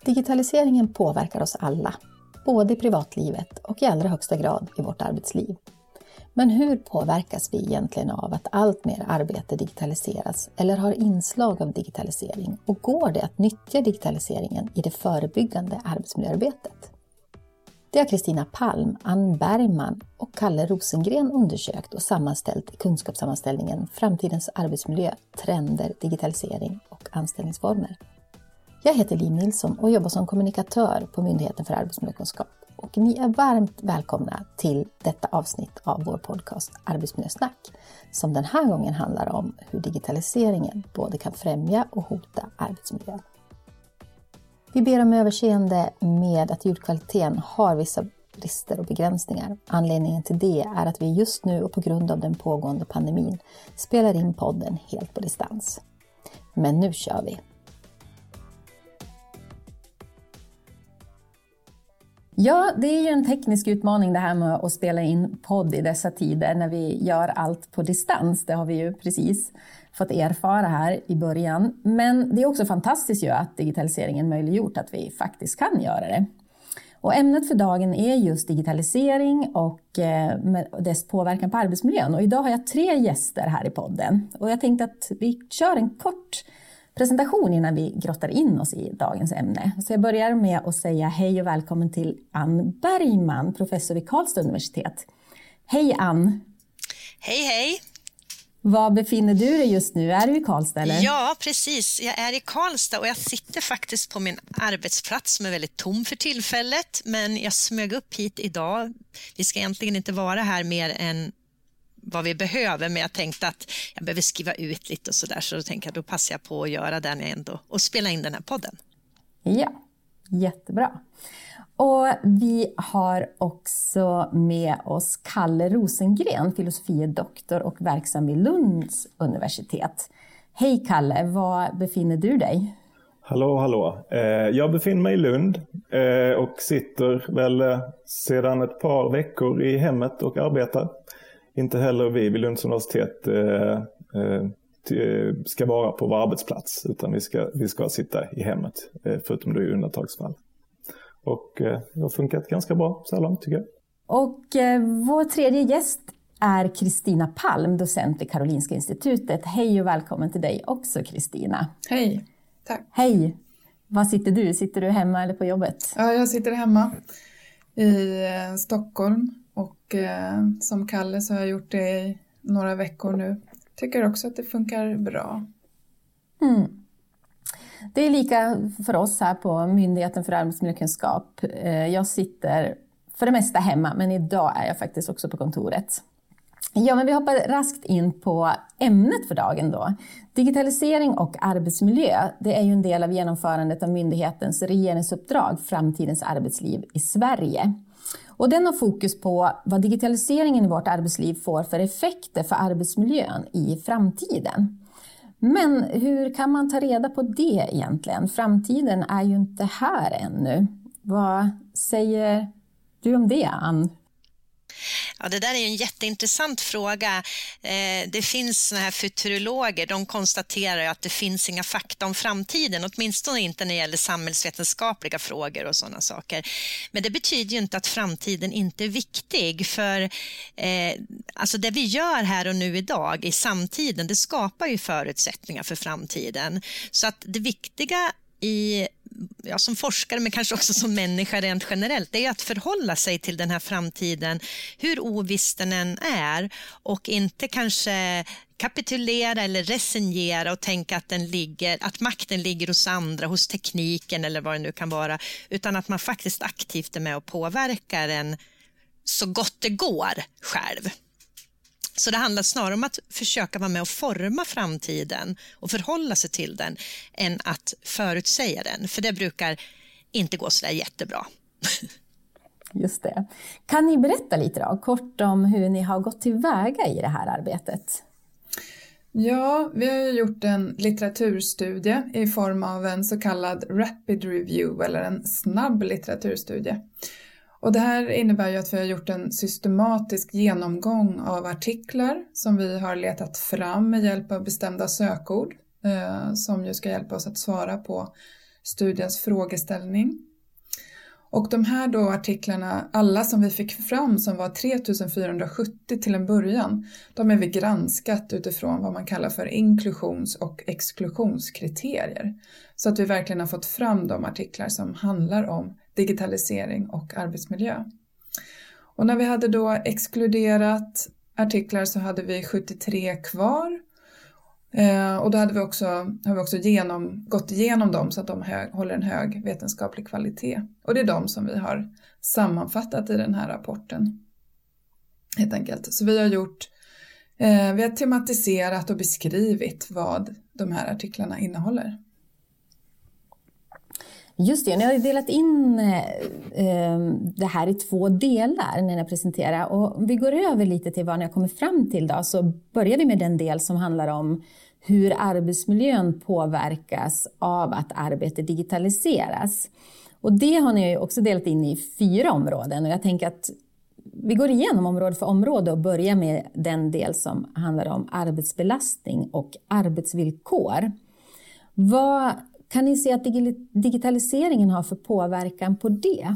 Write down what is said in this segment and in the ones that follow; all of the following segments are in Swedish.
Digitaliseringen påverkar oss alla, både i privatlivet och i allra högsta grad i vårt arbetsliv. Men hur påverkas vi egentligen av att allt mer arbete digitaliseras eller har inslag av digitalisering? Och går det att nyttja digitaliseringen i det förebyggande arbetsmiljöarbetet? Det har Kristina Palm, Ann Bergman och Kalle Rosengren undersökt och sammanställt i kunskapssammanställningen Framtidens arbetsmiljö, trender, digitalisering och anställningsformer. Jag heter Liv Nilsson och jobbar som kommunikatör på Myndigheten för arbetsmiljökunskap. Och ni är varmt välkomna till detta avsnitt av vår podcast Arbetsmiljösnack, som den här gången handlar om hur digitaliseringen både kan främja och hota arbetsmiljön. Vi ber om överseende med att ljudkvaliteten har vissa brister och begränsningar. Anledningen till det är att vi just nu och på grund av den pågående pandemin spelar in podden helt på distans. Men nu kör vi! Ja, det är ju en teknisk utmaning det här med att spela in podd i dessa tider när vi gör allt på distans. Det har vi ju precis fått erfara här i början. Men det är också fantastiskt ju att digitaliseringen möjliggjort att vi faktiskt kan göra det. Och ämnet för dagen är just digitalisering och dess påverkan på arbetsmiljön. Och idag har jag 3 gäster här i podden. Och jag tänkte att vi kör en kort presentation innan vi grottar in oss i dagens ämne. Så jag börjar med att säga hej och välkommen till Ann Bergman, professor vid Karlstad universitet. Hej Ann! Hej hej! Var befinner du dig just nu? Är du i Karlstad eller? Ja, precis. Jag är i Karlstad och jag sitter faktiskt på min arbetsplats som är väldigt tom för tillfället. Men jag smög upp hit idag. Vi ska egentligen inte vara här mer än vad vi behöver, men jag tänkte att jag behöver skriva ut lite och sådär, så då tänker jag då passar jag på att göra den ändå och spela in den här podden. Ja, jättebra. Och vi har också med oss Kalle Rosengren, filosofie doktor och verksam vid Lunds universitet. Hej Kalle, var befinner du dig? Hallå. Jag befinner mig i Lund och sitter väl sedan ett par veckor i hemmet och arbetar. Inte heller vi vid Lunds universitet ska vara på vår arbetsplats, utan vi ska sitta i hemmet, förutom då i undantagsfall. Och det har funkat ganska bra så här långt tycker jag. Och vår tredje gäst är Kristina Palm, docent vid Karolinska institutet. Hej och välkommen till dig också Kristina. Hej, tack. Hej, var sitter du? Sitter du hemma eller på jobbet? Ja, jag sitter hemma i Stockholm. Och som Kalle så har jag gjort det i några veckor nu. Tycker också att det funkar bra. Det är lika för oss här på Myndigheten för arbetsmiljökunskap. Jag sitter för det mesta hemma, men idag är jag faktiskt också på kontoret. Ja, men vi hoppar raskt in på ämnet för dagen då. Digitalisering och arbetsmiljö, det är ju en del av genomförandet av myndighetens regeringsuppdrag Framtidens arbetsliv i Sverige. Och den har fokus på vad digitaliseringen i vårt arbetsliv får för effekter för arbetsmiljön i framtiden. Men hur kan man ta reda på det egentligen? Framtiden är ju inte här ännu. Vad säger du om det, Ann? Ja, det där är ju en jätteintressant fråga. Det finns såna här futurologer, de konstaterar ju att det finns inga fakta om framtiden, åtminstone inte när det gäller samhällsvetenskapliga frågor och sådana saker. Men det betyder ju inte att framtiden inte är viktig, för alltså det vi gör här och nu idag i samtiden, det skapar ju förutsättningar för framtiden. Så att det viktiga som forskare, men kanske också som människa rent generellt, det är att förhålla sig till den här framtiden, hur oviss den än är, och inte kanske kapitulera eller resignera och tänka att makten ligger hos andra, hos tekniken eller vad det nu kan vara, utan att man faktiskt aktivt är med och påverkar den så gott det går själv. Så det handlar snarare om att försöka vara med och forma framtiden och förhålla sig till den än att förutsäga den. För det brukar inte gå så där jättebra. Just det. Kan ni berätta lite då, kort om hur ni har gått tillväga i det här arbetet? Ja, vi har gjort en litteraturstudie i form av en så kallad rapid review eller en snabb litteraturstudie. Och det här innebär ju att vi har gjort en systematisk genomgång av artiklar som vi har letat fram med hjälp av bestämda sökord som ju ska hjälpa oss att svara på studiens frågeställning. Och de här då artiklarna, alla som vi fick fram som var 3470 till en början, de är vi granskat utifrån vad man kallar för inklusions- och exklusionskriterier. Så att vi verkligen har fått fram de artiklar som handlar om digitalisering och arbetsmiljö. Och när vi hade då exkluderat artiklar så hade vi 73 kvar. Och då har vi också gått igenom dem så att de håller en hög vetenskaplig kvalitet. Och det är de som vi har sammanfattat i den här rapporten. Helt enkelt. Så vi har tematiserat och beskrivit vad de här artiklarna innehåller. Just det, ni har delat in det här i 2 delar när ni presenterar. Och om vi går över lite till vad ni har kommit fram till då, så börjar vi med den del som handlar om hur arbetsmiljön påverkas av att arbetet digitaliseras. Och det har ni också delat in i 4 områden. Och jag tänker att vi går igenom område för område och börjar med den del som handlar om arbetsbelastning och arbetsvillkor. Vad kan ni se att digitaliseringen har för påverkan på det?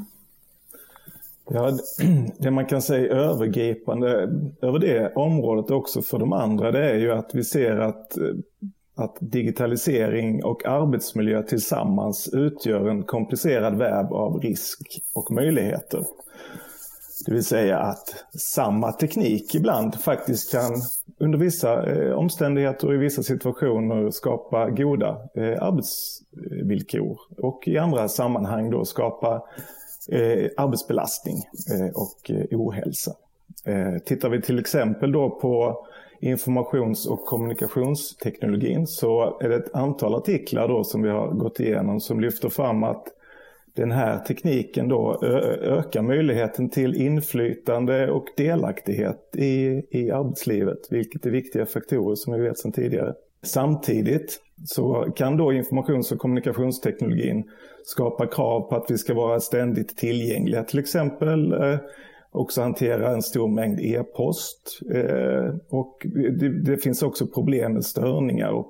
Ja, det man kan säga övergripande över det området också för de andra, det är ju att vi ser att digitalisering och arbetsmiljö tillsammans utgör en komplicerad väv av risk och möjligheter. Det vill säga att samma teknik ibland faktiskt kan under vissa omständigheter och i vissa situationer skapa goda arbetsvillkor och i andra sammanhang då skapa arbetsbelastning och ohälsa. Tittar vi till exempel då på informations- och kommunikationsteknologin så är det ett antal artiklar då som vi har gått igenom som lyfter fram att den här tekniken då ökar möjligheten till inflytande och delaktighet i arbetslivet, vilket är viktiga faktorer som vi vet sedan tidigare. Samtidigt så kan då informations- och kommunikationsteknologin skapa krav på att vi ska vara ständigt tillgängliga, till exempel också hantera en stor mängd e-post och det finns också problem med störningar och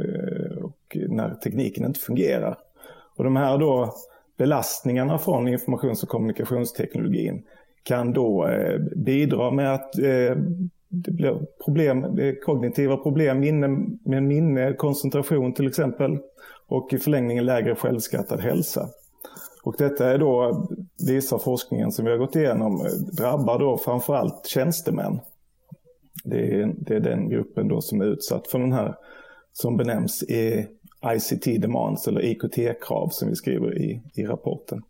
när tekniken inte fungerar. Och de här då belastningarna från informations- och kommunikationsteknologin kan då bidra med att det blir kognitiva problem med minne, koncentration till exempel och i förlängningen lägre självskattad hälsa. Och detta är då, visar forskningen som vi har gått igenom, drabbar då framförallt tjänstemän. Det är den gruppen då som är utsatt för den här som benämns ICT demands eller IKT-krav som vi skriver i rapporten.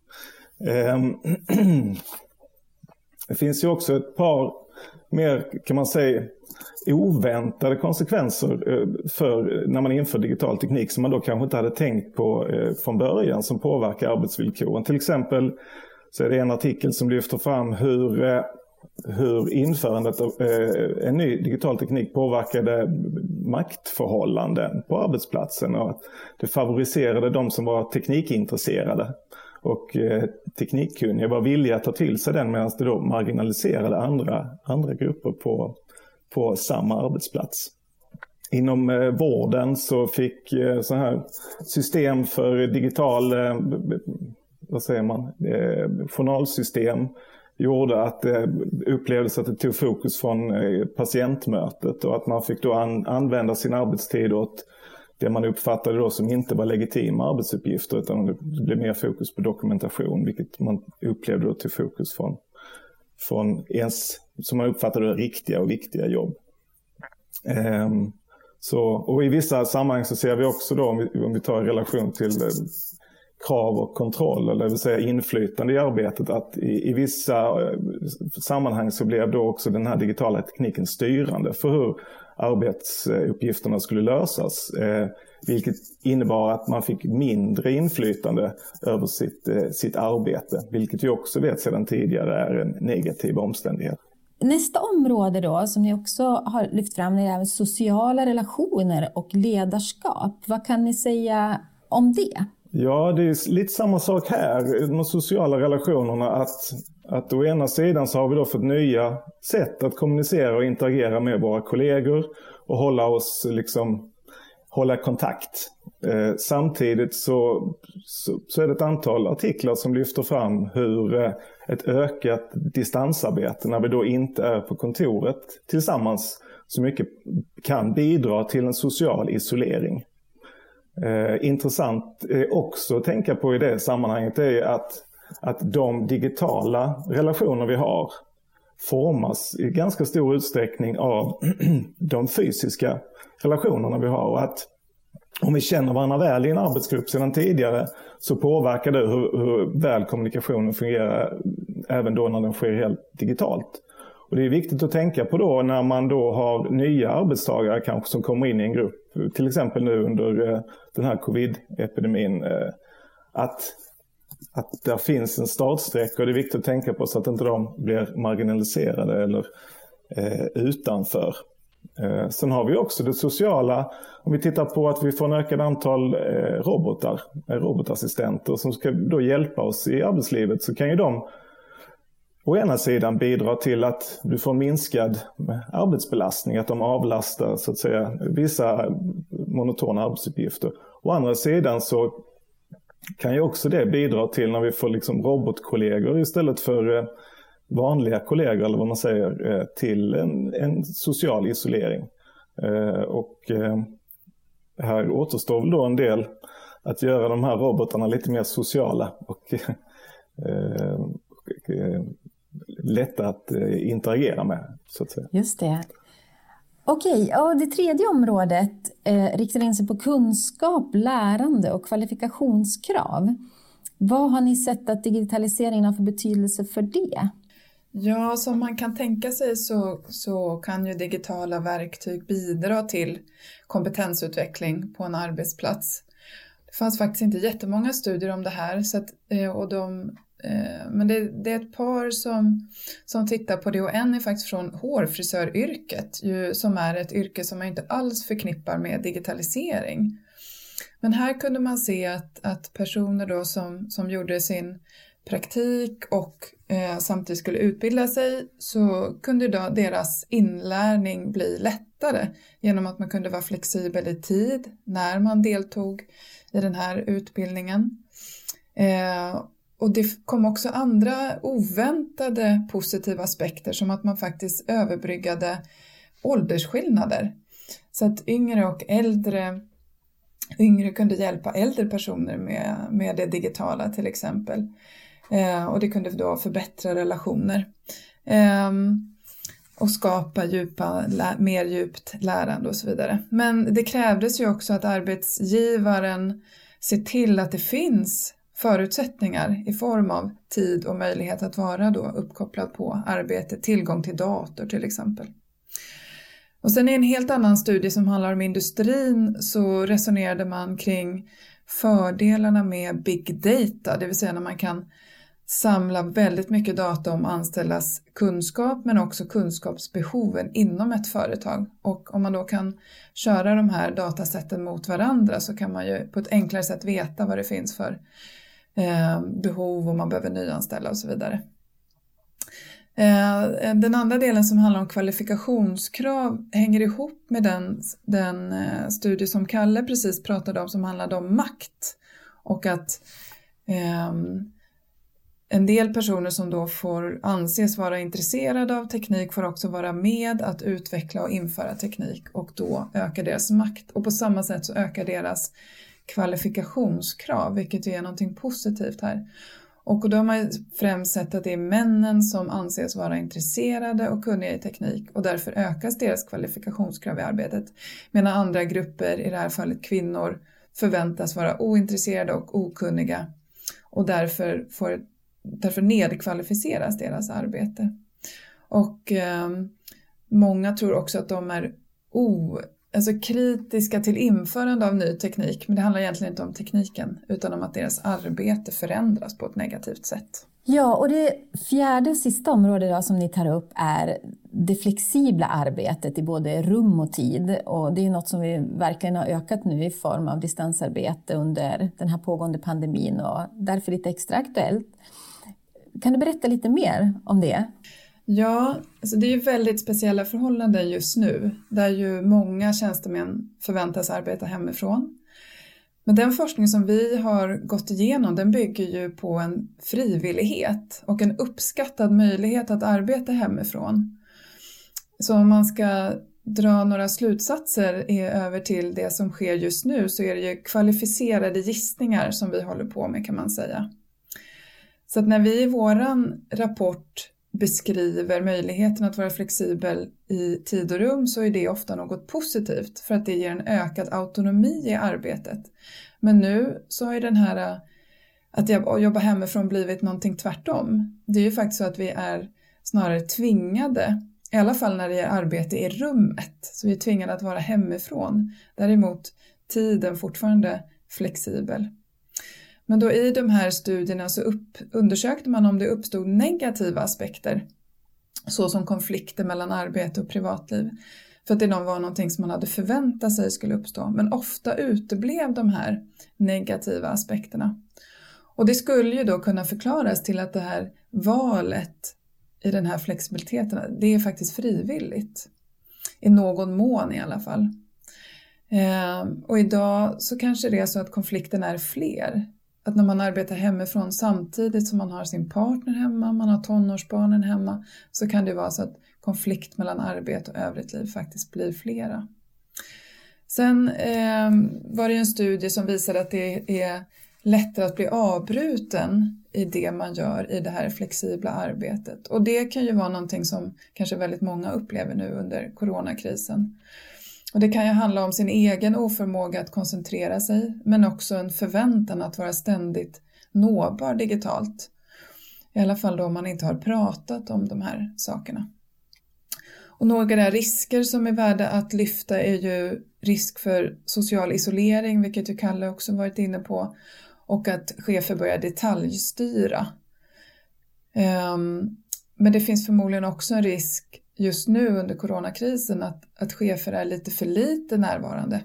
Det finns ju också ett par mer, kan man säga, oväntade konsekvenser för när man inför digital teknik som man då kanske inte hade tänkt på från början som påverkar arbetsvillkoren. Till exempel så är det en artikel som lyfter fram hur införandet av en ny digital teknik påverkade maktförhållanden på arbetsplatsen och att det favoriserade de som var teknikintresserade och teknikkunniga var villiga att ta till sig den medan det då marginaliserade andra grupper på samma arbetsplats. Inom vården så fick så här system för digital journalsystem gjorde att det upplevdes att det tog fokus från patientmötet och att man fick då använda sin arbetstid åt det man uppfattade då som inte var legitima arbetsuppgifter utan det blev mer fokus på dokumentation, vilket man upplevde då till fokus från ens, som man uppfattade, riktiga och viktiga jobb. Och i vissa sammanhang så ser vi också då, om vi tar i relation till krav och kontroll, eller det vill säga inflytande i arbetet, att i vissa sammanhang så blev då också den här digitala tekniken styrande för hur arbetsuppgifterna skulle lösas, vilket innebar att man fick mindre inflytande över sitt arbete, vilket vi också vet sedan tidigare är en negativ omständighet. Nästa område då som ni också har lyft fram är sociala relationer och ledarskap. Vad kan ni säga om det? Ja, det är lite samma sak här, de sociala relationerna, att å ena sidan så har vi då fått nya sätt att kommunicera och interagera med våra kollegor och hålla kontakt. Samtidigt så är det ett antal artiklar som lyfter fram hur ett ökat distansarbete när vi då inte är på kontoret tillsammans så mycket kan bidra till en social isolering. Intressant också att tänka på i det sammanhanget är att de digitala relationer vi har formas i ganska stor utsträckning av de fysiska relationerna vi har. Och att om vi känner varandra väl i en arbetsgrupp sedan tidigare så påverkar det hur väl kommunikationen fungerar även då när den sker helt digitalt. Och det är viktigt att tänka på då när man då har nya arbetstagare kanske som kommer in i en grupp, till exempel nu under den här covid-epidemin, att där finns en startsträcka och det är viktigt att tänka på så att inte de blir marginaliserade eller utanför. Sen har vi också det sociala, om vi tittar på att vi får en ökad antal robotassistenter som ska då hjälpa oss i arbetslivet, så kan ju de å ena sidan bidra till att du får minskad arbetsbelastning, att de avlastar så att säga vissa monotona arbetsuppgifter. Å andra sidan så kan ju också det bidra till när vi får liksom robotkollegor istället för vanliga kollegor eller vad man säger, till en social isolering. Och här återstår väl då en del att göra de här robotarna lite mer sociala och lätta att interagera med, så att säga. Just det. Okej, och det tredje området riktar in sig på kunskap, lärande och kvalifikationskrav. Vad har ni sett att digitaliseringen har för betydelse för det? Ja, som man kan tänka sig så kan ju digitala verktyg bidra till kompetensutveckling på en arbetsplats. Det fanns faktiskt inte jättemånga studier om det här, så att, men det är ett par som tittar på det, och en är faktiskt från hårfrisöryrket, som är ett yrke som man inte alls förknippar med digitalisering. Men här kunde man se att personer då som gjorde sin praktik och samtidigt skulle utbilda sig, så kunde då deras inlärning bli lättare genom att man kunde vara flexibel i tid när man deltog i den här utbildningen. Och det kom också andra oväntade positiva aspekter, som att man faktiskt överbryggade åldersskillnader. Så att yngre kunde hjälpa äldre personer med det digitala till exempel. Och det kunde då förbättra relationer och skapa mer djupt lärande och så vidare. Men det krävdes ju också att arbetsgivaren ser till att det finns förutsättningar i form av tid och möjlighet att vara då uppkopplad på arbete, tillgång till dator till exempel. Och sen i en helt annan studie som handlar om industrin så resonerade man kring fördelarna med big data, det vill säga när man kan samla väldigt mycket data om anställdas kunskap men också kunskapsbehoven inom ett företag. Och om man då kan köra de här datasätten mot varandra så kan man ju på ett enklare sätt veta vad det finns för behov, om man behöver nyanställa och så vidare. Den andra delen som handlar om kvalifikationskrav hänger ihop med den studie som Kalle precis pratade om, som handlade om makt, och att en del personer som då får anses vara intresserade av teknik får också vara med att utveckla och införa teknik, och då ökar deras makt, och på samma sätt så ökar deras kvalifikationskrav, vilket är någonting positivt här. Och då har man främst sett att det är männen som anses vara intresserade och kunniga i teknik, och därför ökas deras kvalifikationskrav i arbetet. Medan andra grupper, i det här fallet kvinnor, förväntas vara ointresserade och okunniga, och därför nedkvalificeras deras arbete. Och många tror också att de är kritiska till införande av ny teknik, men det handlar egentligen inte om tekniken utan om att deras arbete förändras på ett negativt sätt. Ja, och det fjärde och sista området då som ni tar upp är det flexibla arbetet i både rum och tid, och det är något som vi verkligen har ökat nu i form av distansarbete under den här pågående pandemin, och därför lite extra aktuellt. Kan du berätta lite mer om det? Ja, alltså det är ju väldigt speciella förhållanden just nu, där ju många tjänstemän förväntas arbeta hemifrån. Men den forskning som vi har gått igenom, den bygger ju på en frivillighet och en uppskattad möjlighet att arbeta hemifrån. Så om man ska dra några slutsatser över till det som sker just nu, så är det ju kvalificerade gissningar som vi håller på med, kan man säga. Så att när vi i våran rapport beskriver möjligheten att vara flexibel i tid och rum, så är det ofta något positivt för att det ger en ökad autonomi i arbetet. Men nu så har ju den här att jobba hemifrån blivit någonting tvärtom. Det är ju faktiskt så att vi är snarare tvingade, i alla fall när det är arbete i rummet, så vi är tvingade att vara hemifrån. Däremot tiden fortfarande flexibel. Men då i de här studierna så undersökte man om det uppstod negativa aspekter, såsom konflikter mellan arbete och privatliv. För att det var någonting som man hade förväntat sig skulle uppstå. Men ofta uteblev de här negativa aspekterna. Och det skulle ju då kunna förklaras till att det här valet i den här flexibiliteten, det är faktiskt frivilligt. I någon mån i alla fall. Och idag så kanske det är så att konflikten är fler. Att när man arbetar hemifrån samtidigt som man har sin partner hemma, man har tonårsbarnen hemma, så kan det vara så att konflikt mellan arbete och övrigt liv faktiskt blir flera. Sen var det en studie som visade att det är lättare att bli avbruten i det man gör i det här flexibla arbetet. Och det kan ju vara någonting som kanske väldigt många upplever nu under coronakrisen. Och det kan ju handla om sin egen oförmåga att koncentrera sig, men också en förväntan att vara ständigt nåbar digitalt. I alla fall då om man inte har pratat om de här sakerna. Och några risker som är värda att lyfta är ju risk för social isolering, vilket ju Kalle också varit inne på, och att chefer börjar detaljstyra. Men det finns förmodligen också en risk just nu under coronakrisen att chefer är lite för lite närvarande.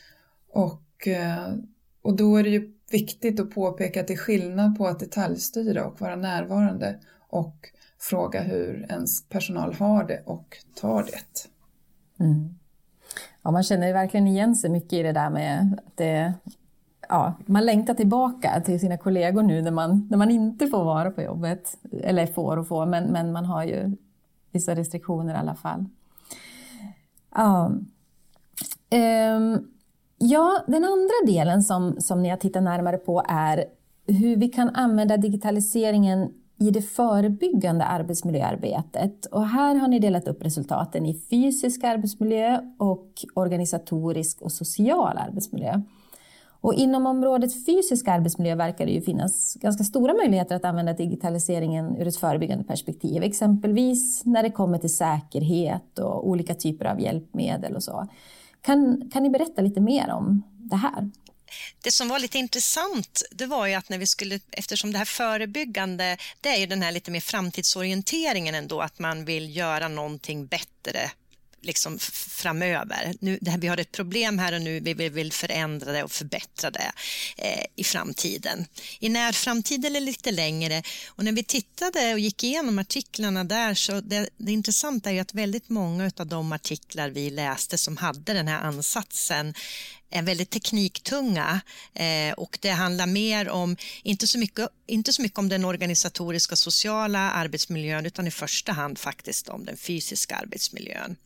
Och då är det ju viktigt att påpeka att det är skillnad på att detaljstyra och vara närvarande och fråga hur ens personal har det och tar det. Mm. Ja, man känner verkligen igen sig mycket i det där med att man längtar tillbaka till sina kollegor nu när man inte får vara på jobbet. Eller får, men man har ju vissa restriktioner i alla fall. Den andra delen som ni har tittat närmare på är hur vi kan använda digitaliseringen i det förebyggande arbetsmiljöarbetet. Och här har ni delat upp resultaten i fysisk arbetsmiljö och organisatorisk och social arbetsmiljö. Och inom området fysisk arbetsmiljö verkar det ju finnas ganska stora möjligheter att använda digitaliseringen ur ett förebyggande perspektiv. Exempelvis när det kommer till säkerhet och olika typer av hjälpmedel och så. Kan ni berätta lite mer om det här? Det som var lite intressant, det var ju att när vi skulle, eftersom det här förebyggande, det är ju den här lite mer framtidsorienteringen ändå, att man vill göra någonting bättre liksom framöver. Vi har ett problem här och nu, vi vill förändra det och förbättra det i framtiden. I närframtid eller lite längre. Och när vi tittade och gick igenom artiklarna där, så det intressanta är ju att väldigt många av de artiklar vi läste som hade den här ansatsen är väldigt tekniktunga, och det handlar mer om, inte så mycket om den organisatoriska och sociala arbetsmiljön, utan i första hand faktiskt om den fysiska arbetsmiljön.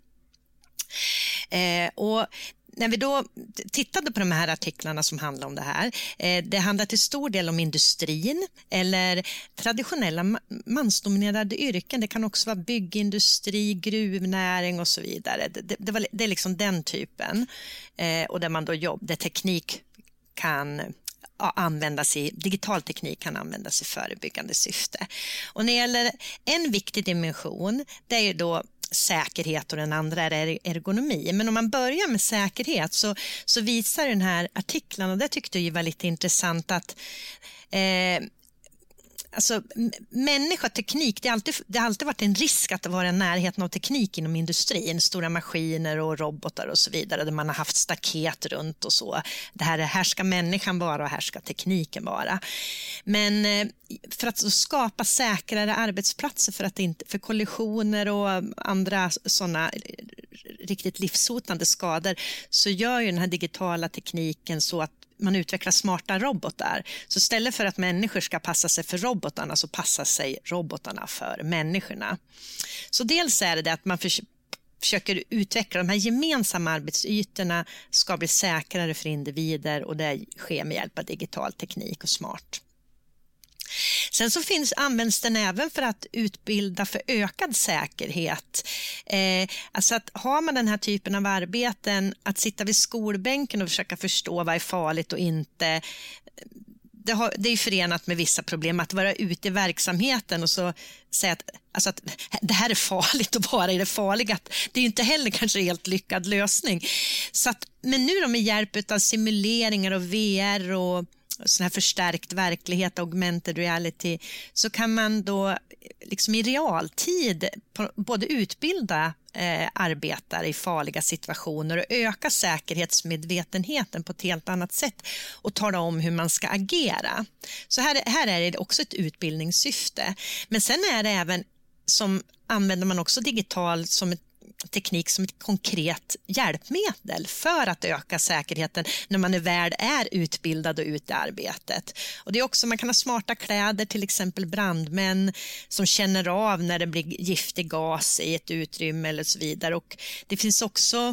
Och när vi då tittade på de här artiklarna som handlar om det här, det handlar till stor del om industrin eller traditionella mansdominerade yrken. Det kan också vara byggindustri, gruvnäring och så vidare. Det är liksom den typen, och där man då där teknik kan användas digital teknik kan användas i förebyggande syfte. Och när det gäller en viktig dimension, det är ju då säkerhet och den andra är ergonomi. Men om man börjar med säkerhet så visar den här artiklarna, och det tyckte jag var lite intressant, att alltså människa, teknik, det har alltid varit en risk att det var en närheten av teknik inom industrin, stora maskiner och robotar och så vidare, där man har haft staket runt och så. Här ska människan vara och här ska tekniken vara. Men för att skapa säkrare arbetsplatser, för kollisioner och andra sådana riktigt livshotande skador, så gör ju den här digitala tekniken så att man utvecklar smarta robotar. Så istället för att människor ska passa sig för robotarna så passar sig robotarna för människorna. Så dels är det att man försöker utveckla de här gemensamma arbetsytorna ska bli säkrare för individer, och det sker med hjälp av digital teknik och smart. Sen så används den även för att utbilda för ökad säkerhet. Alltså att har man den här typen av arbeten, att sitta vid skolbänken och försöka förstå vad är farligt och inte, det är förenat med vissa problem att vara ute i verksamheten och så säga att det här är farligt och bara är det farliga. Det är ju inte heller kanske en helt lyckad lösning. Så att, men nu då med hjälp av simuleringar och VR och sån här förstärkt verklighet, augmented reality, så kan man då liksom i realtid både utbilda arbetare i farliga situationer och öka säkerhetsmedvetenheten på ett helt annat sätt och tala om hur man ska agera. Så här är det också ett utbildningssyfte. Men sen är det även använder man också digital teknik som ett konkret hjälpmedel för att öka säkerheten när man väl är utbildad och ute i arbetet. Och det är också, man kan ha smarta kläder, till exempel brandmän som känner av när det blir giftig gas i ett utrymme eller så vidare. Och det finns också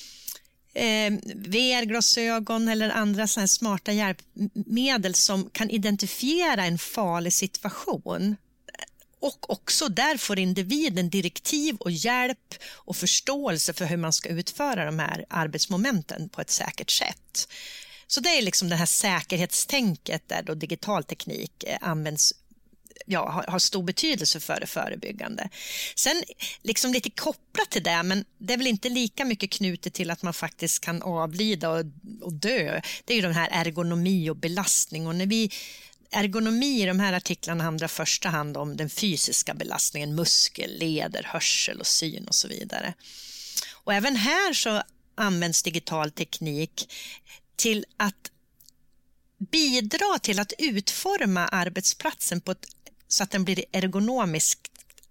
VR-glasögon eller andra såna här smarta hjälpmedel som kan identifiera en farlig situation. Och också där får individen direktiv och hjälp och förståelse för hur man ska utföra de här arbetsmomenten på ett säkert sätt. Så det är liksom det här säkerhetstänket där då digital teknik används, har stor betydelse för det förebyggande. Sen liksom lite kopplat till det, men det är väl inte lika mycket knutet till att man faktiskt kan avlida och dö. Det är ju den här ergonomi och belastning, och ergonomi i de här artiklarna handlar första hand om den fysiska belastningen, muskel, leder, hörsel och syn och så vidare. Och även här så används digital teknik till att bidra till att utforma arbetsplatsen så att den blir ergonomiskt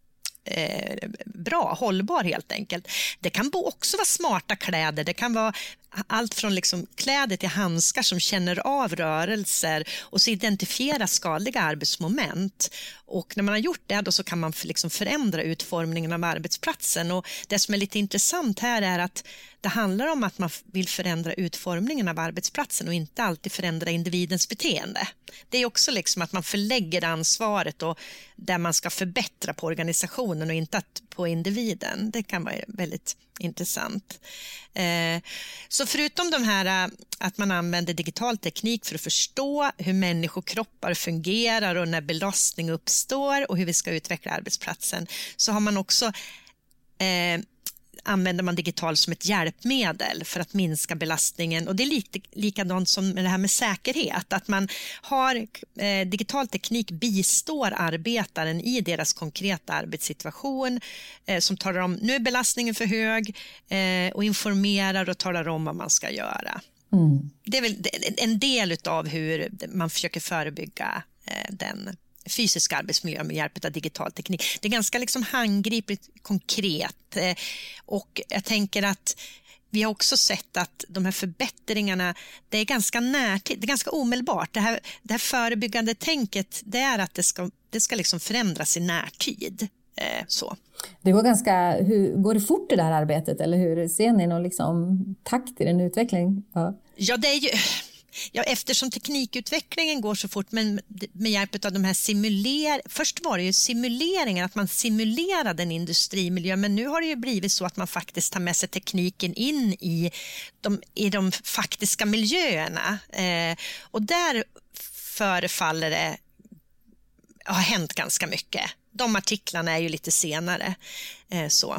bra, hållbar helt enkelt. Det kan också vara smarta kläder, det kan vara allt från liksom kläder till handskar som känner av rörelser och så identifiera skadliga arbetsmoment. Och när man har gjort det då så kan man liksom förändra utformningen av arbetsplatsen. Och det som är lite intressant här är att det handlar om att man vill förändra utformningen av arbetsplatsen och inte alltid förändra individens beteende. Det är också liksom att man förlägger ansvaret och där man ska förbättra på organisationen och inte på individen. Det kan vara väldigt intressant. Så förutom de här att man använder digital teknik för att förstå hur människokroppar fungerar och när belastning uppstår och hur vi ska utveckla arbetsplatsen, så har man också använder man digital som ett hjälpmedel för att minska belastningen. Och det är lite likadant som med det här med säkerhet, att man har digital teknik bistår arbetaren i deras konkreta arbetssituation som talar om nu är belastningen för hög och informerar och talar om vad man ska göra. Det är väl en del av hur man försöker förebygga den fysiska arbetsmiljön med hjälp av digital teknik. Det är ganska liksom handgripligt, konkret, och jag tänker att vi har också sett att de här förbättringarna, det är ganska närtid, det är ganska omedelbart. Det här förebyggande tänket, det är att det ska liksom förändras i närtid. Så. Det går hur går det fort i det här arbetet, eller hur ser ni någon liksom takt i den utveckling? Ja, det är ju... Ja, eftersom teknikutvecklingen går så fort, men med hjälp av de här först var det ju simuleringar, att man simulerade en industrimiljö, men nu har det ju blivit så att man faktiskt tar med sig tekniken in i de faktiska miljöerna. Och där förefaller det ha hänt ganska mycket. De artiklarna är ju lite senare. Så.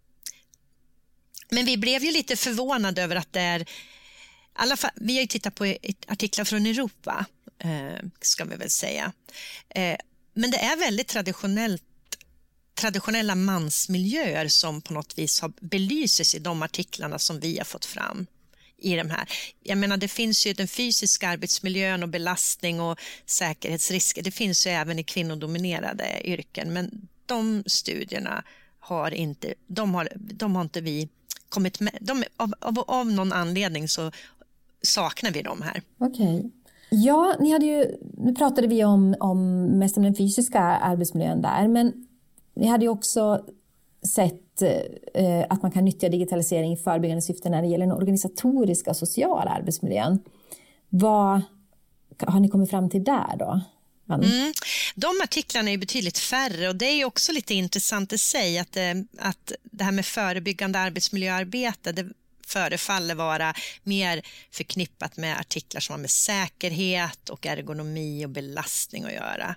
Men vi blev ju lite förvånade över att det är vi har ju tittat på artiklar från Europa, ska vi väl säga. Men det är väldigt traditionella mansmiljöer som på något vis belyses i de artiklarna som vi har fått fram i de här. Jag menar, det finns ju den fysiska arbetsmiljön och belastning och säkerhetsrisker. Det finns ju även i kvinnodominerade yrken, men de studierna har inte vi kommit med. Av någon anledning så saknar vi dem här. Okej. Ja, nu pratade vi om mest om den fysiska arbetsmiljön där, men ni hade ju också sett att man kan nyttja digitalisering i förebyggande syfte när det gäller den organisatoriska och sociala arbetsmiljön. Vad har ni kommit fram till där då? De artiklarna är betydligt färre, och det är ju också lite intressant i sig att det här med förebyggande arbetsmiljöarbete, det förefaller vara mer förknippat med artiklar som har med säkerhet och ergonomi och belastning att göra.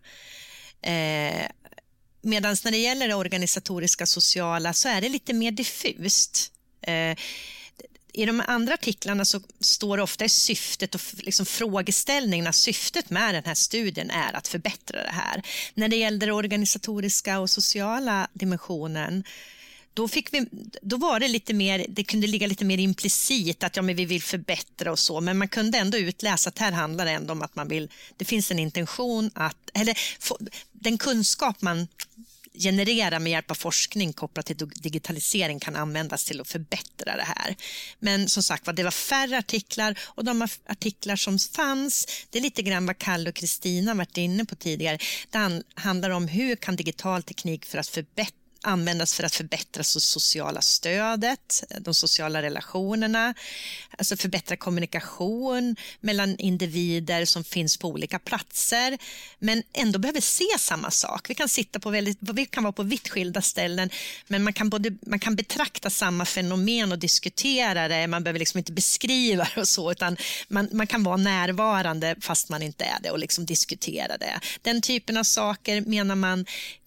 Medan när det gäller det organisatoriska sociala så är det lite mer diffust. I de andra artiklarna så står det ofta i syftet och liksom frågeställningarna. Syftet med den här studien är att förbättra det här. När det gäller den organisatoriska och sociala dimensionen, då var det lite mer, det kunde ligga lite mer implicit att men vi vill förbättra och så, men man kunde ändå utläsa att här handlar det ändå om att det finns en intention den kunskap man genererar med hjälp av forskning kopplat till digitalisering kan användas till att förbättra det här. Men som sagt, det var färre artiklar, och de artiklar som fanns, det är lite grann vad Kalle och Kristina varit inne på tidigare. Det handlar om hur kan digital teknik användas för att förbättra sociala stödet, de sociala relationerna, alltså förbättra kommunikation mellan individer som finns på olika platser, men ändå behöver se samma sak. Vi kan vara på vitt skilda ställen, men man kan betrakta samma fenomen och diskutera det. Man behöver liksom inte beskriva det och så, utan man kan vara närvarande fast man inte är det och liksom diskutera det. Den typen av saker menar man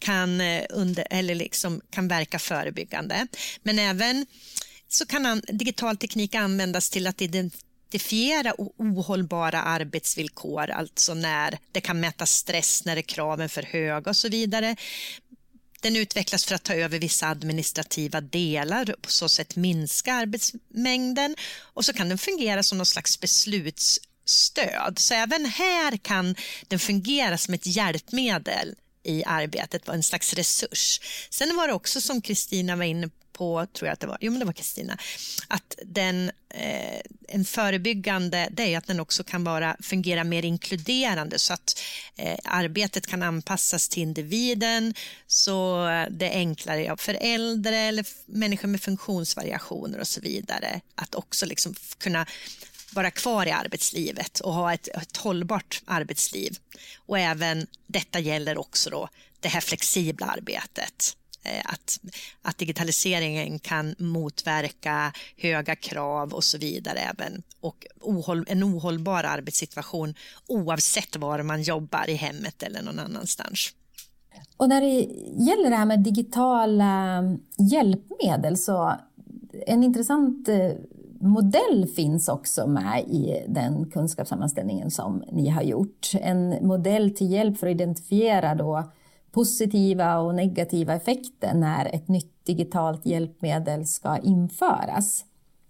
kan verka förebyggande. Men även så kan digital teknik användas till att identifiera ohållbara arbetsvillkor, alltså när det kan mäta stress, när det är kraven för höga och så vidare. Den utvecklas för att ta över vissa administrativa delar och på så sätt minska arbetsmängden, och så kan den fungera som någon slags beslutsstöd. Så även här kan den fungera som ett hjälpmedel i arbetet, var en slags resurs. Sen var det också, som Kristina var inne på, tror jag att det var, det var Kristina, att en förebyggande, det är att den också kan fungera mer inkluderande, så att arbetet kan anpassas till individen, så det är enklare för äldre eller människor med funktionsvariationer och så vidare att också liksom kunna vara kvar i arbetslivet och ha ett hållbart arbetsliv. Och även detta gäller också då det här flexibla arbetet. Att digitaliseringen kan motverka höga krav och så vidare även, och en ohållbar arbetssituation oavsett var man jobbar, i hemmet eller någon annanstans. Och när det gäller det här med digitala hjälpmedel, så en intressant modell finns också med i den kunskapssammanställningen som ni har gjort. En modell till hjälp för att identifiera då positiva och negativa effekter när ett nytt digitalt hjälpmedel ska införas.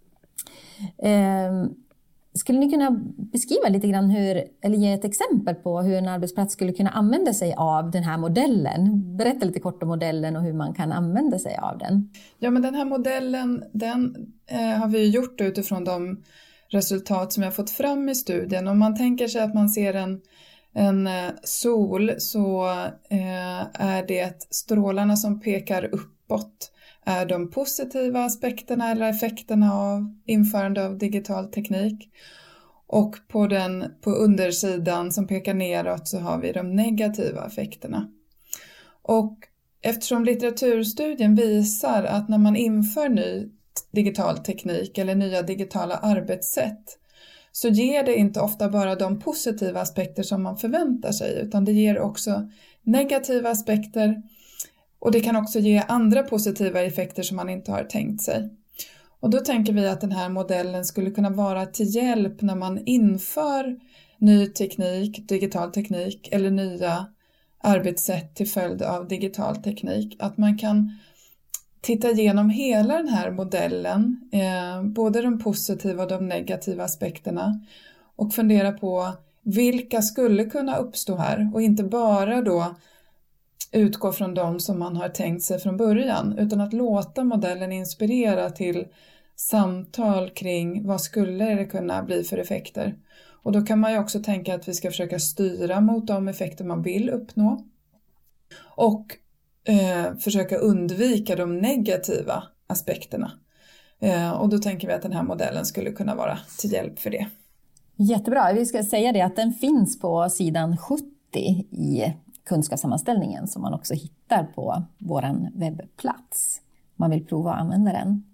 Skulle ni kunna beskriva lite grann eller ge ett exempel på hur en arbetsplats skulle kunna använda sig av den här modellen? Berätta lite kort om modellen och hur man kan använda sig av den. Ja, men den här modellen, den har vi gjort utifrån de resultat som jag fått fram i studien. Om man tänker sig att man ser en sol, så är det strålarna som pekar uppåt är de positiva aspekterna eller effekterna av införande av digital teknik. Och på undersidan som pekar neråt så har vi de negativa effekterna. Och eftersom litteraturstudien visar att när man inför ny digital teknik eller nya digitala arbetssätt, så ger det inte ofta bara de positiva aspekter som man förväntar sig, utan det ger också negativa aspekter, och det kan också ge andra positiva effekter som man inte har tänkt sig. Och då tänker vi att den här modellen skulle kunna vara till hjälp när man inför ny teknik, digital teknik eller nya arbetssätt till följd av digital teknik. Att man kan titta igenom hela den här modellen, både de positiva och de negativa aspekterna, och fundera på vilka skulle kunna uppstå här, och inte bara då utgå från de som man har tänkt sig från början, utan att låta modellen inspirera till samtal kring vad skulle det kunna bli för effekter. Och då kan man ju också tänka att vi ska försöka styra mot de effekter man vill uppnå. Och försöka undvika de negativa aspekterna. Och då tänker vi att den här modellen skulle kunna vara till hjälp för det. Jättebra. Vi ska säga det att den finns på sidan 70 i kunskapssammanställningen som man också hittar på vår webbplats. Man vill prova att använda den.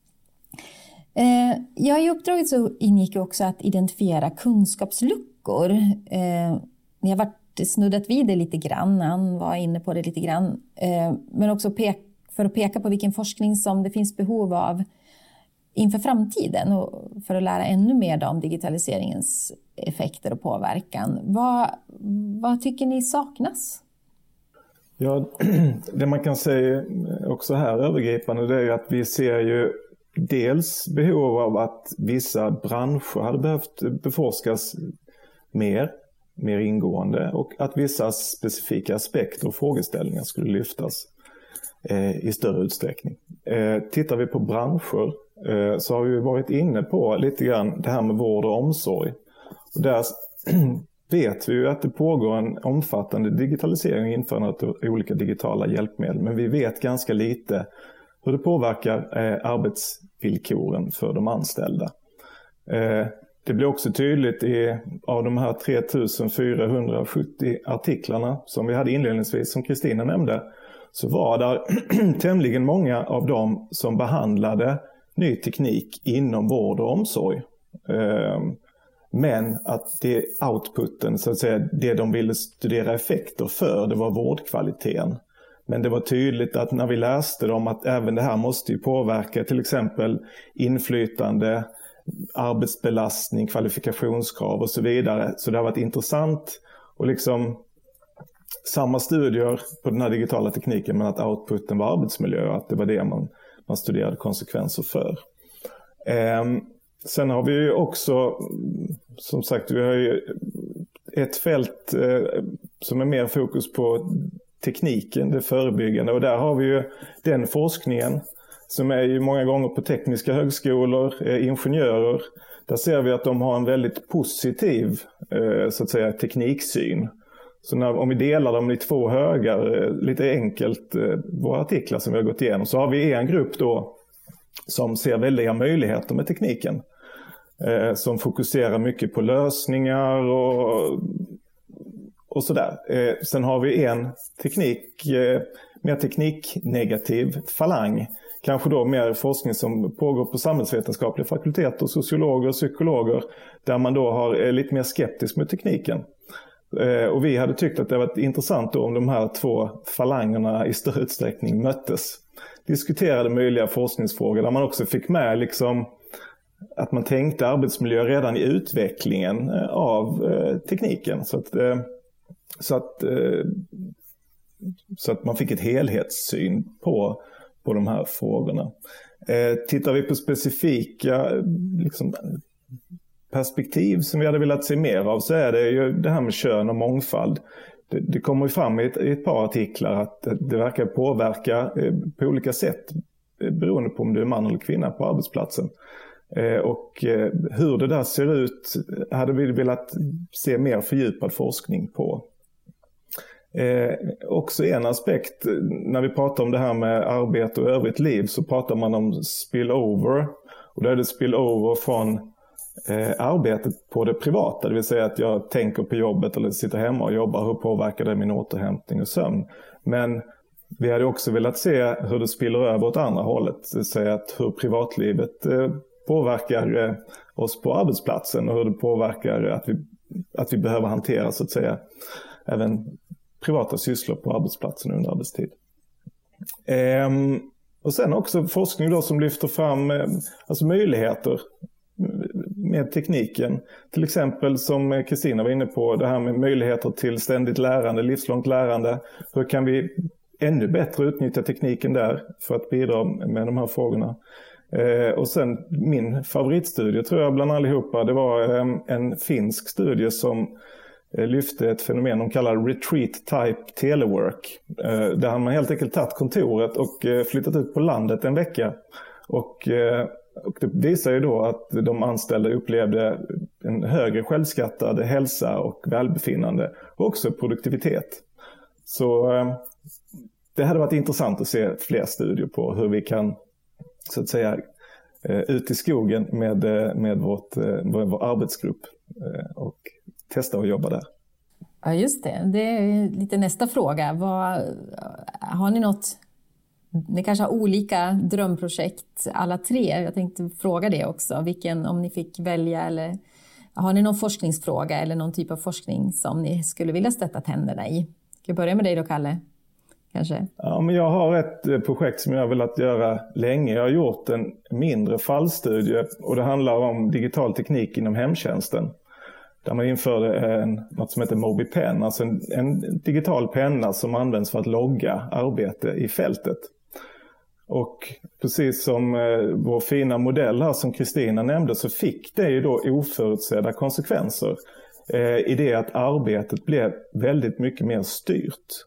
I uppdraget så ingick också att identifiera kunskapsluckor. Ni har varit snuddat vid det lite grann, han var inne på det lite grann. Men också för att peka på vilken forskning som det finns behov av inför framtiden och för att lära ännu mer om digitaliseringens effekter och påverkan. Vad tycker ni saknas? Ja, det man kan säga också här övergripande, det är ju att vi ser ju dels behov av att vissa branscher hade behövt beforskas mer ingående och att vissa specifika aspekter och frågeställningar skulle lyftas i större utsträckning. Tittar vi på branscher så har vi varit inne på lite grann det här med vård och omsorg. Och där vet vi ju att det pågår en omfattande digitalisering och införandet av olika digitala hjälpmedel, men vi vet ganska lite hur det påverkar arbetsvillkoren för de anställda. Det blir också tydligt av de här 3470 artiklarna som vi hade inledningsvis, som Kristina nämnde, så var där tämligen många av dem som behandlade ny teknik inom vård och omsorg. Men att det outputen, så att säga, det de ville studera effekter för, det var vårdkvaliteten. Men det var tydligt att när vi läste dem att även det här måste ju påverka till exempel inflytande, arbetsbelastning, kvalifikationskrav och så vidare. Så det har varit intressant och liksom samma studier på den här digitala tekniken, men att outputen var arbetsmiljö och att det var det man studerade konsekvenser för. Sen har vi ju också, som sagt, vi har ju ett fält som är mer fokus på tekniken, det förebyggande, och där har vi ju den forskningen som är ju många gånger på tekniska högskolor, ingenjörer. Där ser vi att de har en väldigt positiv så att säga tekniksyn. Så om vi delar dem i två högar, lite enkelt, våra artiklar som vi har gått igenom, så har vi en grupp då som ser väldiga möjligheter med tekniken. Som fokuserar mycket på lösningar och sådär. Sen har vi en mer tekniknegativ falang. Kanske då mer forskning som pågår på samhällsvetenskapliga fakulteter, sociologer och psykologer, där man då är lite mer skeptisk med tekniken. Och vi hade tyckt att det var intressant då om de här två falangerna i större utsträckning möttes. Diskuterade möjliga forskningsfrågor där man också fick med liksom att man tänkte arbetsmiljö redan i utvecklingen av tekniken. Så att man fick ett helhetssyn på de här frågorna. Tittar vi på specifika liksom, perspektiv som vi hade velat se mer av, så är det ju det här med kön och mångfald. Det kommer ju fram i ett par artiklar att det verkar påverka på olika sätt beroende på om du är man eller kvinna på arbetsplatsen. Och hur det där ser ut hade vi velat se mer fördjupad forskning på. Också en aspekt när vi pratar om det här med arbete och övrigt liv, så pratar man om spillover. Och då är det spillover från arbetet på det privata, det vill säga att jag tänker på jobbet eller sitter hemma och jobbar, hur påverkar det min återhämtning och sömn. Men vi hade också velat se hur det spiller över åt andra hållet, det vill säga att hur privatlivet påverkar oss på arbetsplatsen och hur det påverkar att vi behöver hantera så att säga även privata sysslor på arbetsplatsen under arbetstid. Och sen också forskning då som lyfter fram alltså möjligheter med tekniken. Till exempel som Kristina var inne på, det här med möjligheter till ständigt lärande, livslångt lärande. Hur kan vi ännu bättre utnyttja tekniken där för att bidra med de här frågorna? Och sen min favoritstudie tror jag bland allihopa, det var en finsk studie som lyfte ett fenomen de kallar retreat type telework. Där har man helt enkelt tagit kontoret och flyttat ut på landet en vecka och Och det visar ju då att de anställda upplevde en högre självskattad hälsa och välbefinnande och också produktivitet. Så det hade varit intressant att se fler studier på hur vi kan så att säga ut i skogen med vår arbetsgrupp och testa att jobba där. Ja, just det. Det är lite nästa fråga. Har ni något? Ni kanske har olika drömprojekt alla tre. Jag tänkte fråga det också. Om ni fick välja, eller har ni någon forskningsfråga eller någon typ av forskning som ni skulle vilja sätta tänderna i? Ska jag börja med dig då, Kalle? Kanske? Ja, men jag har ett projekt som jag har velat göra länge. Jag har gjort en mindre fallstudie och det handlar om digital teknik inom hemtjänsten. Där man införde något som heter MobiPen, alltså en digital penna som används för att logga arbete i fältet. Och precis som vår fina modell här som Kristina nämnde, så fick det ju då oförutsedda konsekvenser i det att arbetet blev väldigt mycket mer styrt.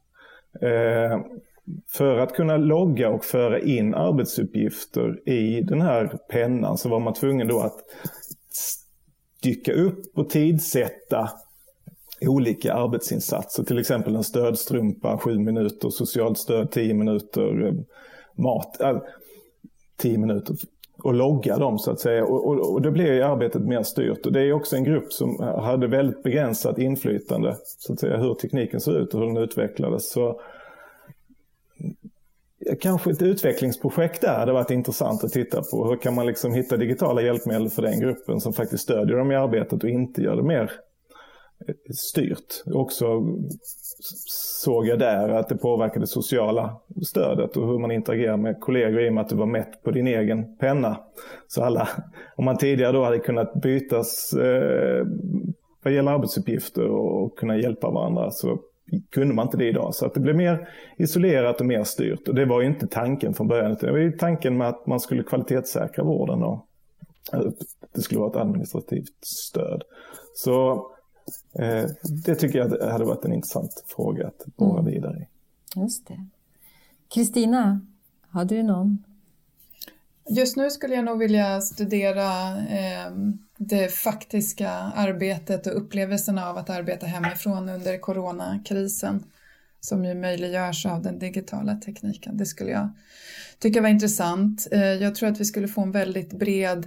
För att kunna logga och föra in arbetsuppgifter i den här pennan så var man tvungen då att dyka upp och tidsätta olika arbetsinsatser. Till exempel en stödstrumpa 7 minuter, socialt stöd 10 minuter, mat 10 minuter och logga dem så att säga. Och det blev ju arbetet mer styrt. Och det är också en grupp som hade väldigt begränsat inflytande så att säga, hur tekniken ser ut och hur den utvecklades. Så kanske ett utvecklingsprojekt där hade varit intressant att titta på. Hur kan man liksom hitta digitala hjälpmedel för den gruppen som faktiskt stödjer dem i arbetet och inte gör det mer styrt. Också såg jag där att det påverkade sociala stödet och hur man interagerar med kollegor i och med att du var mätt på din egen penna. Så om man tidigare då hade kunnat bytas vad gäller arbetsuppgifter och kunna hjälpa varandra, så kunde man inte det idag. Så att det blev mer isolerat och mer styrt. Och det var ju inte tanken från början. Det var ju tanken med att man skulle kvalitetssäkra vården och det skulle vara ett administrativt stöd. Så det tycker jag hade varit en intressant fråga att borra vidare i. Just det. Kristina, har du någon? Just nu skulle jag nog vilja studera det faktiska arbetet och upplevelsen av att arbeta hemifrån under coronakrisen som ju möjliggörs av den digitala tekniken. Det skulle jag tycka var intressant. Jag tror att vi skulle få en väldigt bred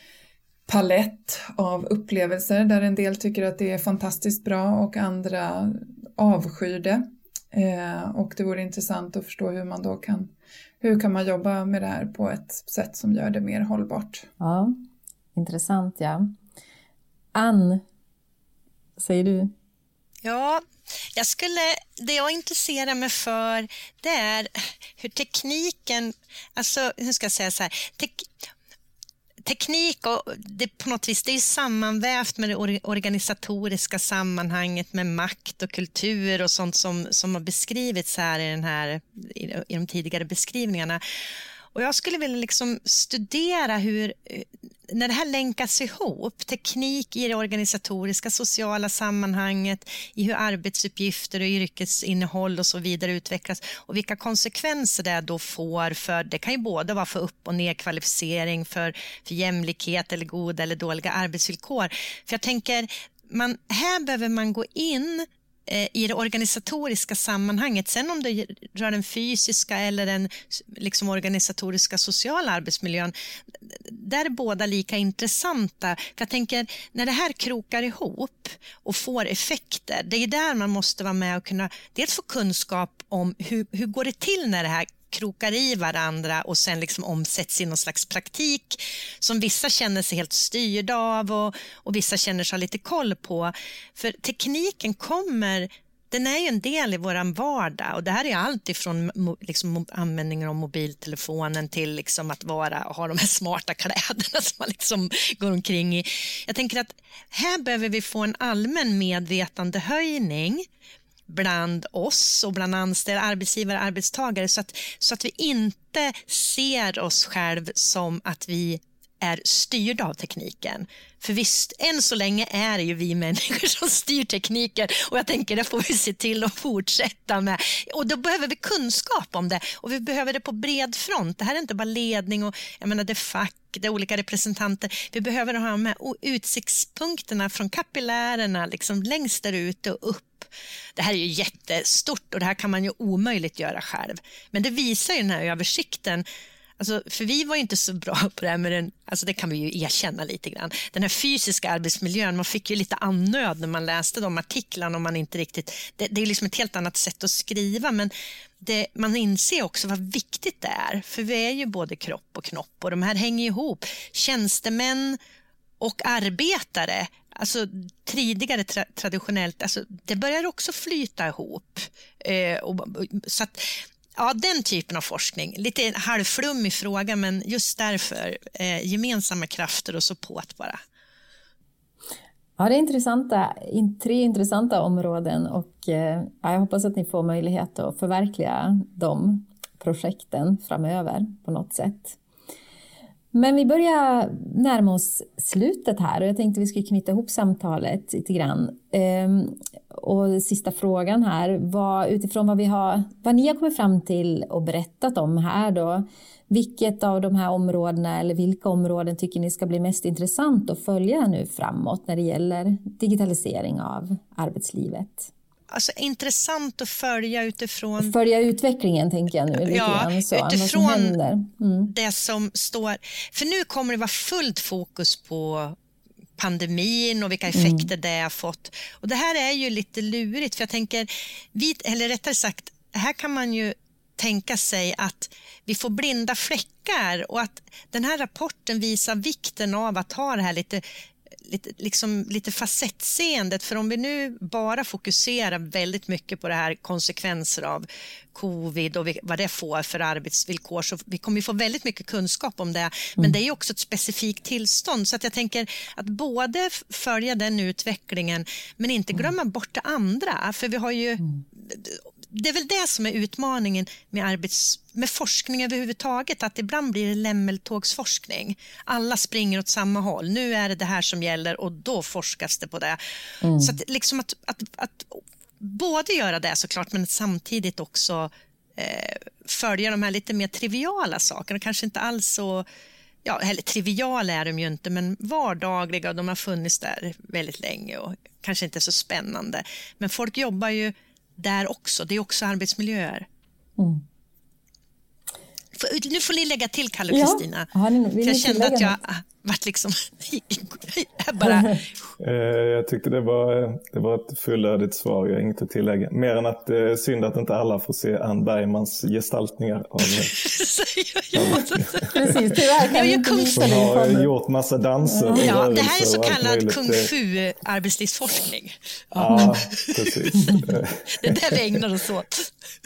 palett av upplevelser där en del tycker att det är fantastiskt bra och andra avskyr det. Och det vore intressant att förstå hur kan man jobba med det här på ett sätt som gör det mer hållbart. Ja, intressant, ja. Ann, säger du? Ja, det jag intresserar mig för, det är hur tekniken, alltså hur ska jag säga så här, teknik och det på något vis, det är sammanvävt med det organisatoriska sammanhanget med makt och kultur och sånt som har beskrivits här i de tidigare beskrivningarna. Och jag skulle vilja liksom studera hur, när det här länkas ihop, teknik i det organisatoriska sociala sammanhanget, i hur arbetsuppgifter och yrkesinnehåll och så vidare utvecklas och vilka konsekvenser det då får för, det kan ju både vara för upp- och nedkvalificering, för jämlikhet eller goda eller dåliga arbetsvillkor. För jag tänker, här behöver man gå in i det organisatoriska sammanhanget. Sen om det rör den fysiska eller den liksom organisatoriska sociala arbetsmiljön, där är båda lika intressanta. För jag tänker, när det här krokar ihop och får effekter, det är där man måste vara med och kunna dels få kunskap om hur går det till när det här krokar i varandra och sen liksom omsätts i någon slags praktik som vissa känner sig helt styrda av och vissa känner sig lite koll på. För tekniken den är ju en del i våran vardag och det här är allt ifrån liksom användningen av mobiltelefonen till liksom att ha de här smarta kläderna som man liksom går omkring i. Jag tänker att här behöver vi få en allmän medvetandehöjning bland oss och bland anställda, arbetsgivare och arbetstagare så att vi inte ser oss själv som att vi är styrda av tekniken. För visst, än så länge är det ju vi människor som styr tekniken, och jag tänker det får vi se till att fortsätta med. Och då behöver vi kunskap om det, och vi behöver det på bred front. Det här är inte bara ledning och jag menar det är fack, det är olika representanter. Vi behöver ha med utsiktspunkterna från kapillärerna liksom längst där ute och upp. Det här är ju jättestort och det här kan man ju omöjligt göra själv. Men det visar ju den här översikten. Alltså, för vi var ju inte så bra på det här med den, alltså det kan vi ju erkänna lite grann. Den här fysiska arbetsmiljön, man fick ju lite annöd när man läste de artiklarna, om man inte riktigt, det är liksom ett helt annat sätt att skriva, men man inser också vad viktigt det är. För vi är ju både kropp och knopp och de här hänger ihop. Tjänstemän och arbetare, alltså tidigare traditionellt, alltså det börjar också flyta ihop. Så att ja, den typen av forskning. Lite halvflummig fråga, men just därför gemensamma krafter och support bara. Ja, det är 3 intressanta områden, och jag hoppas att ni får möjlighet att förverkliga de projekten framöver på något sätt. Men vi börjar närma oss slutet här, och jag tänkte vi skulle knyta ihop samtalet lite grann. Och sista frågan här var utifrån vad ni har kommit fram till och berättat om här då. Vilket av de här områdena, eller vilka områden tycker ni ska bli mest intressant att följa nu framåt när det gäller digitalisering av arbetslivet? Alltså intressant att följa utifrån... Följa utvecklingen tänker jag nu lite grann. Så, utifrån vad som händer. Det som står... För nu kommer det vara fullt fokus på pandemin och vilka effekter det har fått. Och det här är ju lite lurigt, för jag tänker, eller rättare sagt, här kan man ju tänka sig att vi får blinda fläckar, och att den här rapporten visar vikten av att ha det här lite facettseendet. För om vi nu bara fokuserar väldigt mycket på det här konsekvenser av covid och vad det får för arbetsvillkor, så vi kommer ju få väldigt mycket kunskap om det, men det är ju också ett specifikt tillstånd, så att jag tänker att både följa den utvecklingen men inte glömma bort det andra, för vi har ju det är väl det som är utmaningen med forskning överhuvudtaget, att ibland blir det lämmeltågsforskning. Alla springer åt samma håll. Nu är det här som gäller och då forskas det på det. Så att, liksom att både göra det såklart, men samtidigt också följa de här lite mer triviala sakerna. Kanske inte alls så, ja, eller triviala är de ju inte, men vardagliga, och de har funnits där väldigt länge och kanske inte så spännande. Men folk jobbar ju där också. Det är också arbetsmiljöer. Nu får ni lägga till, Kalle och Kristina. Ja, jag kände att jag varit liksom... bara... Jag tyckte det var ett fullödigt svar. Jag har inget att tillägga. Mer än att det är synd att inte alla får se Ann Bergmans gestaltningar av Precis, tyvärr kan vi inte visa det. Hon har gjort massa danser. Ja, det här är så kallad kung fu arbetslivsforskning. Ja, precis. Det är det vi ägnar oss åt.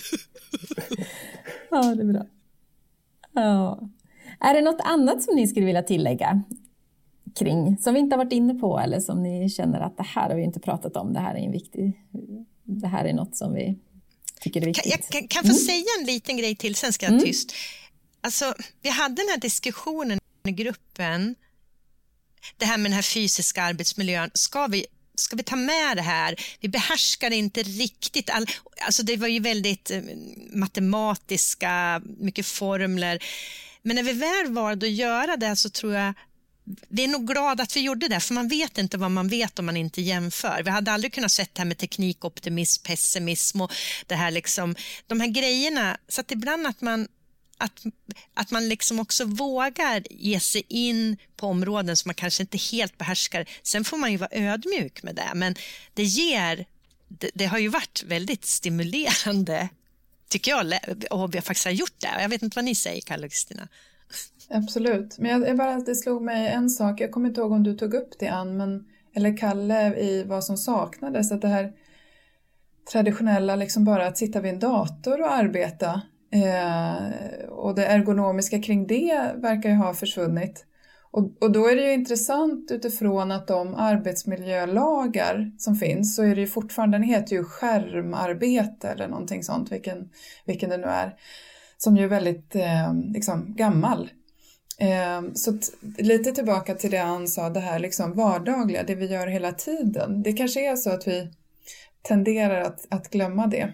Ja, det är bra. Ja. Är det något annat som ni skulle vilja tillägga kring, som vi inte har varit inne på, eller som ni känner att det här har vi inte pratat om, det här är något som vi tycker är viktigt? Jag kan få säga en liten grej till, sen ska jag tyst. Alltså, vi hade den här diskussionen i gruppen, det här med den här fysiska arbetsmiljön, ska vi ta med det här? Vi behärskar inte riktigt alltså det var ju väldigt matematiska, mycket formler. Men när vi väl valde att göra det, så tror jag vi är nog glada att vi gjorde det, för man vet inte vad man vet om man inte jämför. Vi hade aldrig kunnat sett det här med teknikoptimism, pessimism och det här liksom, de här grejerna, så att ibland att man liksom också vågar ge sig in på områden som man kanske inte helt behärskar. Sen får man ju vara ödmjuk med det, men det har ju varit väldigt stimulerande, tycker jag, och vi faktiskt har gjort det. Jag vet inte vad ni säger, Kalle och Kristina. Absolut, men det slog mig en sak, jag kommer inte ihåg om du tog upp det, Ann, eller Kalle, i vad som saknades, att det här traditionella, liksom bara att sitta vid en dator och arbeta, och det ergonomiska kring det verkar ju ha försvunnit. Och då är det ju intressant utifrån att de arbetsmiljölagar som finns, så är det ju fortfarande, den heter ju skärmarbete eller någonting sånt, vilken det nu är, som ju är väldigt liksom gammal. Så lite tillbaka till det han sa, det här liksom vardagliga, det vi gör hela tiden. Det kanske är så att vi tenderar att glömma det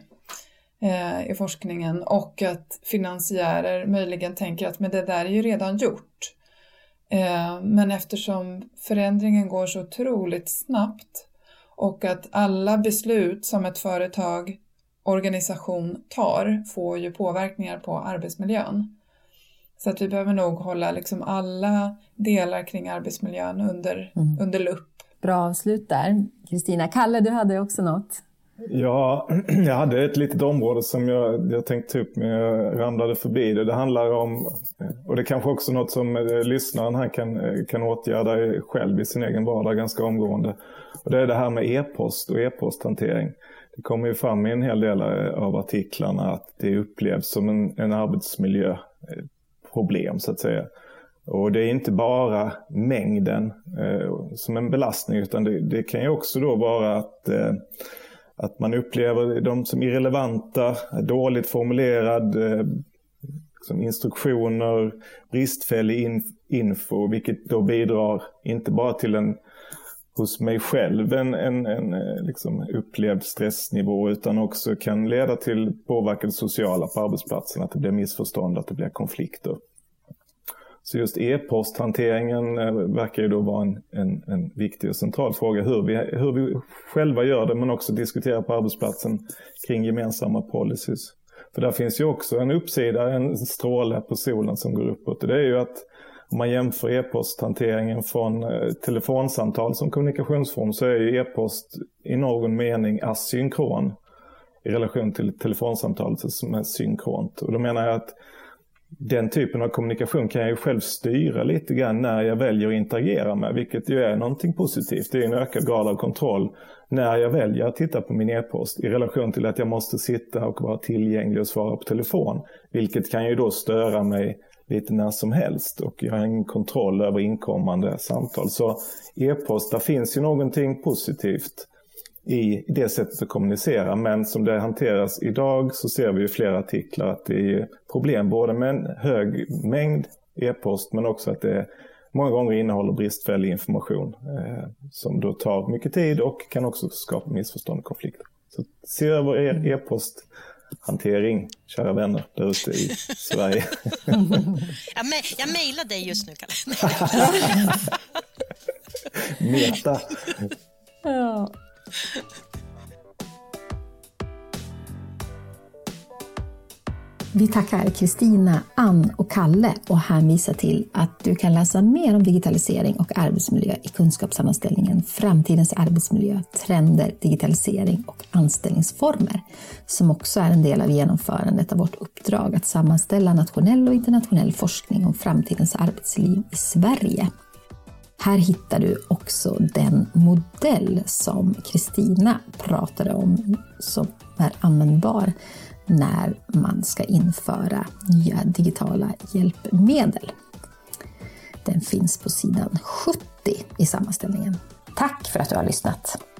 i forskningen, och att finansiärer möjligen tänker att men det där är ju redan gjort. Men eftersom förändringen går så otroligt snabbt och att alla beslut som ett företag, organisation tar får ju påverkningar på arbetsmiljön. Så att vi behöver nog hålla liksom alla delar kring arbetsmiljön under lupp. Bra avslut där. Kristina. Kalle, du hade också något. Ja, jag hade ett litet område som jag tänkte upp men jag ramlade förbi det. Det handlar om, och det kanske också något som lyssnaren här kan åtgärda själv i sin egen vardag ganska omgående. Och det är det här med e-post och e-posthantering. Det kommer ju fram i en hel del av artiklarna att det upplevs som en arbetsmiljöproblem så att säga. Och det är inte bara mängden som en belastning, utan det kan ju också då vara att man upplever dem som irrelevanta, dåligt formulerad som instruktioner, bristfällig info, vilket då bidrar inte bara till hos mig själv en liksom upplevd stressnivå, utan också kan leda till påverkan sociala på arbetsplatsen, att det blir missförstånd, att det blir konflikter. Så just e-posthanteringen verkar ju då vara en viktig och central fråga, hur vi själva gör det, men också diskutera på arbetsplatsen kring gemensamma policies. För där finns ju också en uppsida, en stråle på solen som går uppåt. Och det är ju att om man jämför e-posthanteringen från telefonsamtal som kommunikationsform, så är ju e-post i någon mening asynkron i relation till telefonsamtalet som är synkront. Och då menar jag att den typen av kommunikation kan jag ju själv styra lite grann när jag väljer att interagera med, vilket ju är någonting positivt. Det är en ökad grad av kontroll när jag väljer att titta på min e-post i relation till att jag måste sitta och vara tillgänglig och svara på telefon, vilket kan ju då störa mig lite när som helst, och jag har ingen kontroll över inkommande samtal. Så e-post, där finns ju någonting positivt i det sättet att kommunicera, men som det hanteras idag så ser vi ju flera artiklar att det är problem både med en hög mängd e-post, men också att det många gånger innehåller bristfällig information som då tar mycket tid och kan också skapa missförstånd och konflikter. Så se över er e-posthantering, kära vänner där ute i Sverige. Jag mejlar dig just nu, Kalle. Meta. Ja. Vi tackar Kristina, Ann och Kalle och hänvisar till att du kan läsa mer om digitalisering och arbetsmiljö i kunskapssammanställningen Framtidens arbetsmiljö, trender, digitalisering och anställningsformer, som också är en del av genomförandet av vårt uppdrag att sammanställa nationell och internationell forskning om framtidens arbetsliv i Sverige. Här hittar du också den modell som Kristina pratade om som är användbar när man ska införa nya digitala hjälpmedel. Den finns på sidan 70 i sammanställningen. Tack för att du har lyssnat!